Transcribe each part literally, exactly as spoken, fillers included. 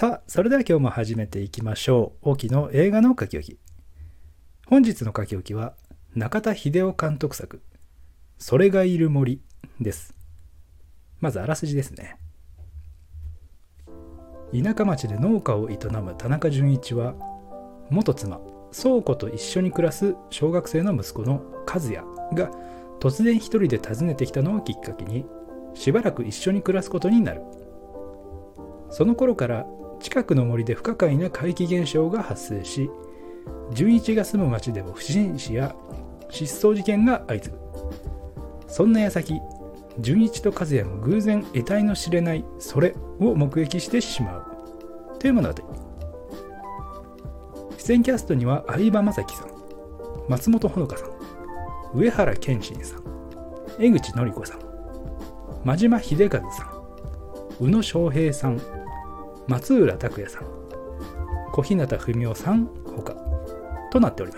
さあ、それでは今日も始めていきましょう。大木の映画の書き置き。本日の書き置きは中田秀夫監督作、それがいる森です。まずあらすじですね。田舎町で農家を営む田中純一は、元妻倉庫と一緒に暮らす小学生の息子の和也が突然一人で訪ねてきたのをきっかけに、しばらく一緒に暮らすことになる。その頃から近くの森で不可解な怪奇現象が発生し、純一が住む町でも不審死や失踪事件が相次ぐ。そんな矢先、純一と和也も偶然得体の知れないそれを目撃してしまうという物語。出演キャストには相葉雅紀さん、松本穂香さん、上原謙信さん、江口のり子さん、真島秀和さん、宇野昌平さん、松浦拓也さん、小日向文夫さんほかとなっております。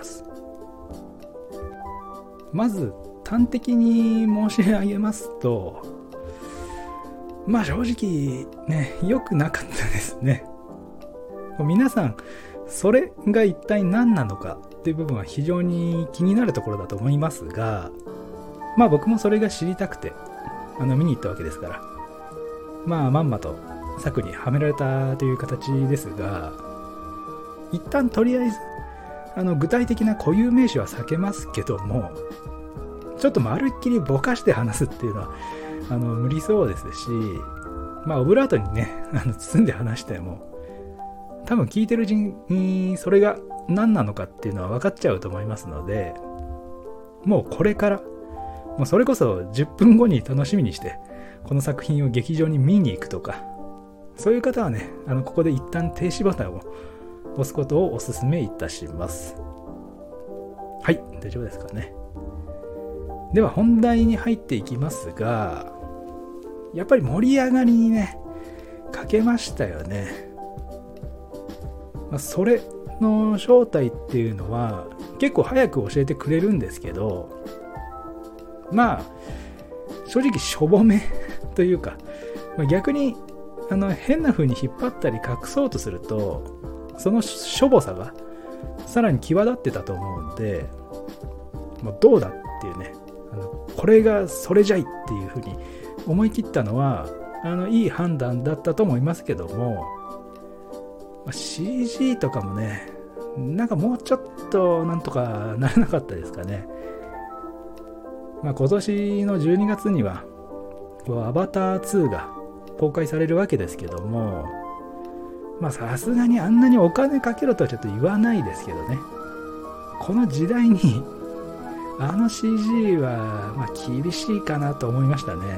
まず端的に申し上げますと、まあ正直ね、良くなかったですね。皆さんそれが一体何なのかっていう部分は非常に気になるところだと思いますが、まあ僕もそれが知りたくてあの見に行ったわけですから、まあまんまと策にはめられたという形ですが、一旦とりあえずあの具体的な固有名詞は避けますけども、ちょっとまるっきりぼかして話すっていうのはあの無理そうですし、まあオブラートにねあの包んで話しても多分聞いてるうちにそれが何なのかっていうのは分かっちゃうと思いますので、もうこれからもうそれこそじゅっぷんごに楽しみにしてこの作品を劇場に見に行くとか、そういう方はね、あのここで一旦停止ボタンを押すことをお勧めいたします。はい、大丈夫ですかね。では本題に入っていきますが、やっぱり盛り上がりにね欠けましたよね。まあ、それの正体っていうのは結構早く教えてくれるんですけど、まあ正直しょぼめというか、まあ、逆にあの変な風に引っ張ったり隠そうとすると、そのしょぼさがさらに際立ってたと思うんで、もうどうだっていうね、あのこれがそれじゃいっていう風に思い切ったのはあのいい判断だったと思いますけども、まあ、シージー とかもね、なんかもうちょっとなんとかならなかったですかね。まあ、今年のじゅうにがつにはアバターツーが公開されるわけですけども、まあさすがにあんなにお金かけろとはちょっと言わないですけどね、この時代にあの シージー はまあ厳しいかなと思いましたね。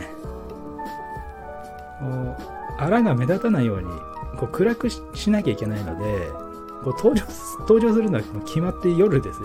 もうあらが目立たないようにこう暗く し, しなきゃいけないので、こう登場登場するのは決まって夜ですし、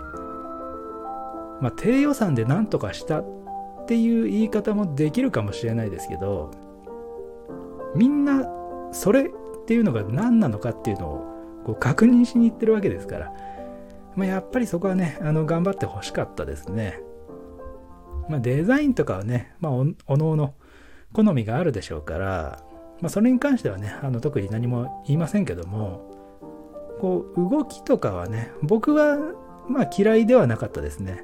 まあ、低予算で何とかしたっていう言い方もできるかもしれないですけど、みんなそれっていうのが何なのかっていうのをこう確認しに行ってるわけですから、まあ、やっぱりそこはねあの頑張ってほしかったですね。まあ、デザインとかはね、まあ、お, おのおの好みがあるでしょうから、まあ、それに関してはねあの特に何も言いませんけども、こう動きとかはね僕はまあ嫌いではなかったですね。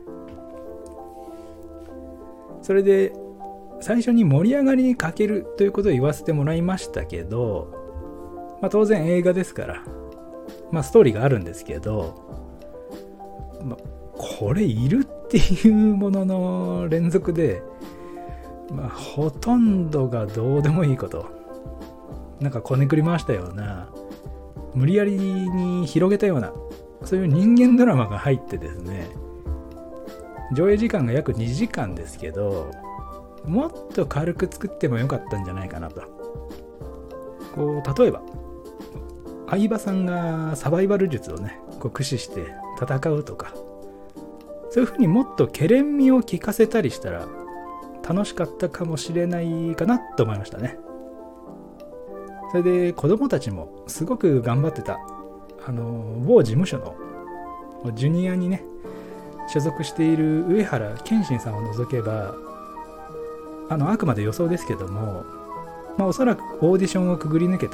それで最初に盛り上がりに欠けるということを言わせてもらいましたけど、まあ、当然映画ですから、まあ、ストーリーがあるんですけど、まあ、これいるっていうものの連続で、まあ、ほとんどがどうでもいいこと、なんかこねくり回したような、無理やりに広げたような、そういう人間ドラマが入ってですね、上映時間が約にじかんですけど、もっと軽く作ってもよかったんじゃないかなと。こう例えば相葉さんがサバイバル術をねこう駆使して戦うとか、そういう風にもっとケレン味を効かせたりしたら楽しかったかもしれないかなと思いましたね。それで子供たちもすごく頑張ってた、あの某事務所のジュニアにね所属している上原謙信さんを除けば、あのあくまで予想ですけども、まあ、おそらくオーディションをくぐり抜けた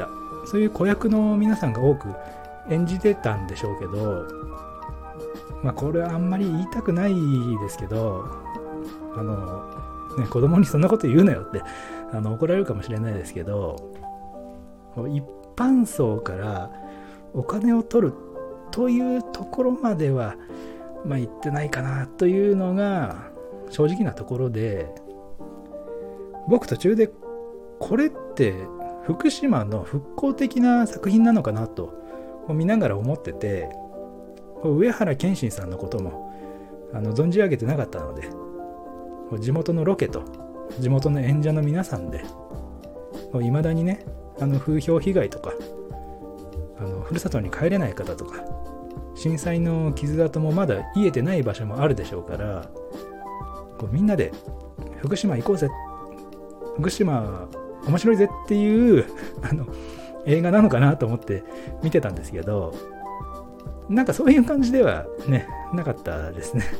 そういう子役の皆さんが多く演じてたんでしょうけど、まあこれはあんまり言いたくないですけど、あの、ね、子供にそんなこと言うなよってあの怒られるかもしれないですけど、一般層からお金を取るというところまではまあ言ってないかなというのが正直なところで、僕途中でこれって福島の復興的な作品なのかなと見ながら思ってて、上原謙信さんのこともあの存じ上げてなかったので、地元のロケと地元の演者の皆さんでいまだにね、あの風評被害とか、あのふるさとに帰れない方とか、震災の傷跡もまだ癒えてない場所もあるでしょうから、こうみんなで福島行こうぜ、福島面白いぜっていうあの映画なのかなと思って見てたんですけど、なんかそういう感じではねなかったですね。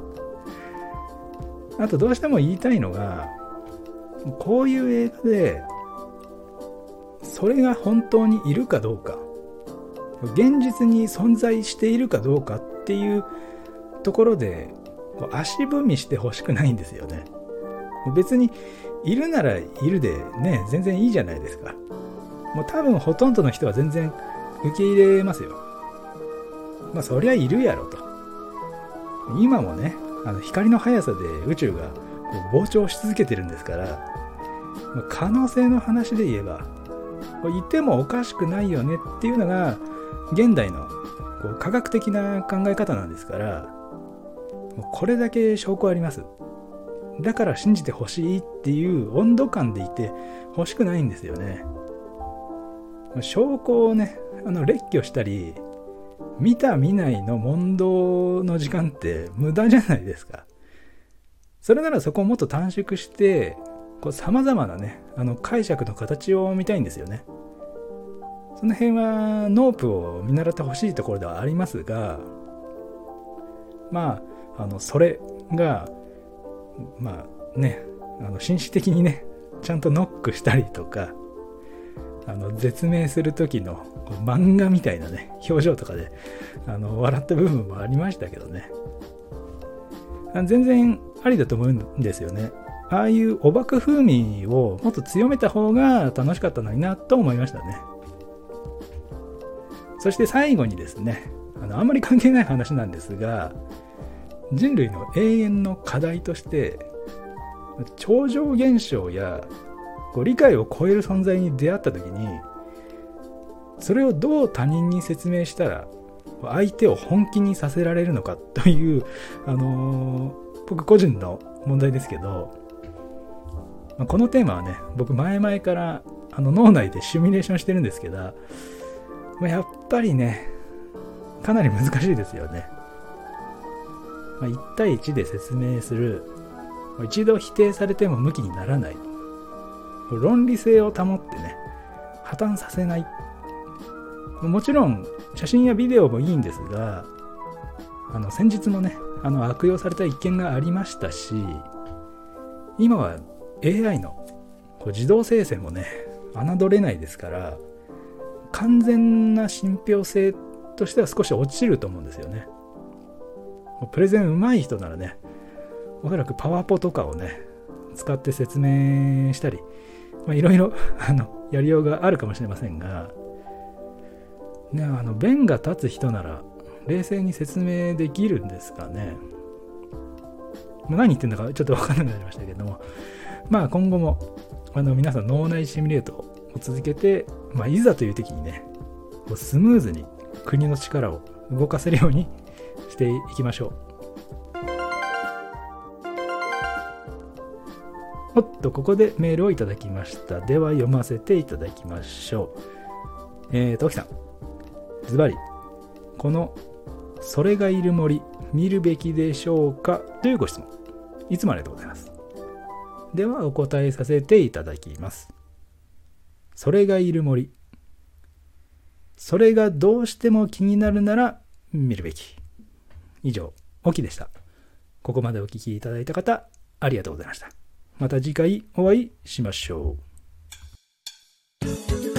あとどうしても言いたいのが、こういう映画でそれが本当にいるかどうか、現実に存在しているかどうかっていうところで足踏みしてほしくないんですよね。別にいるならいるでね、全然いいじゃないですか。もう多分ほとんどの人は全然受け入れますよ。まあそりゃいるやろと。今もね、あの光の速さで宇宙がこう膨張し続けてるんですから、可能性の話で言えばいてもおかしくないよねっていうのが現代のこう科学的な考え方なんですから、これだけ証拠あります。だから信じてほしいっていう温度感でいてほしくないんですよね。証拠をね、あの列挙したり見た見ないの問答の時間って無駄じゃないですか。それならそこをもっと短縮してさまざまなね、あの解釈の形を見たいんですよね。その辺はノープを見習ってほしいところではありますが、まああのそれがまあね、あの紳士的にねちゃんとノックしたりとか、あの絶命する時の漫画みたいなね表情とかであの笑った部分もありましたけどね、全然ありだと思うんですよね。ああいうおバカ風味をもっと強めた方が楽しかったのになと思いましたね。そして最後にですね、あのあんまり関係ない話なんですが、人類の永遠の課題として超常現象やこう理解を超える存在に出会った時に、それをどう他人に説明したら相手を本気にさせられるのかという、あのー、僕個人の問題ですけど、このテーマはね、僕前々からあの脳内でシミュレーションしてるんですけど、やっぱりねかなり難しいですよね。いち対いちで説明する、一度否定されても向きにならない、論理性を保ってね破綻させない。もちろん写真やビデオもいいんですが、あの先日もねあの悪用された一件がありましたし、今は エーアイ のこう自動生成もね侮れないですから、完全な信憑性としては少し落ちると思うんですよね。プレゼン上手い人ならね、おそらくパワポとかをね使って説明したり、いろいろやりようがあるかもしれませんが、ね、あの弁が立つ人なら冷静に説明できるんですかね。何言ってんだかちょっと分からなくなりましたけども、まあ今後もあの皆さん脳内シミュレートを続けて、まあ、いざという時にねスムーズに国の力を動かせるようにしていきましょう。おっと、ここでメールをいただきました。では読ませていただきましょう。えーと、沖さん、ズバリこのそれがいる森見るべきでしょうかというご質問、いつもありがとうございます。ではお答えさせていただきます。それがいる森、それがどうしても気になるなら見るべき。以上、沖でした。ここまでお聞きいただいた方、ありがとうございました。また次回お会いしましょう。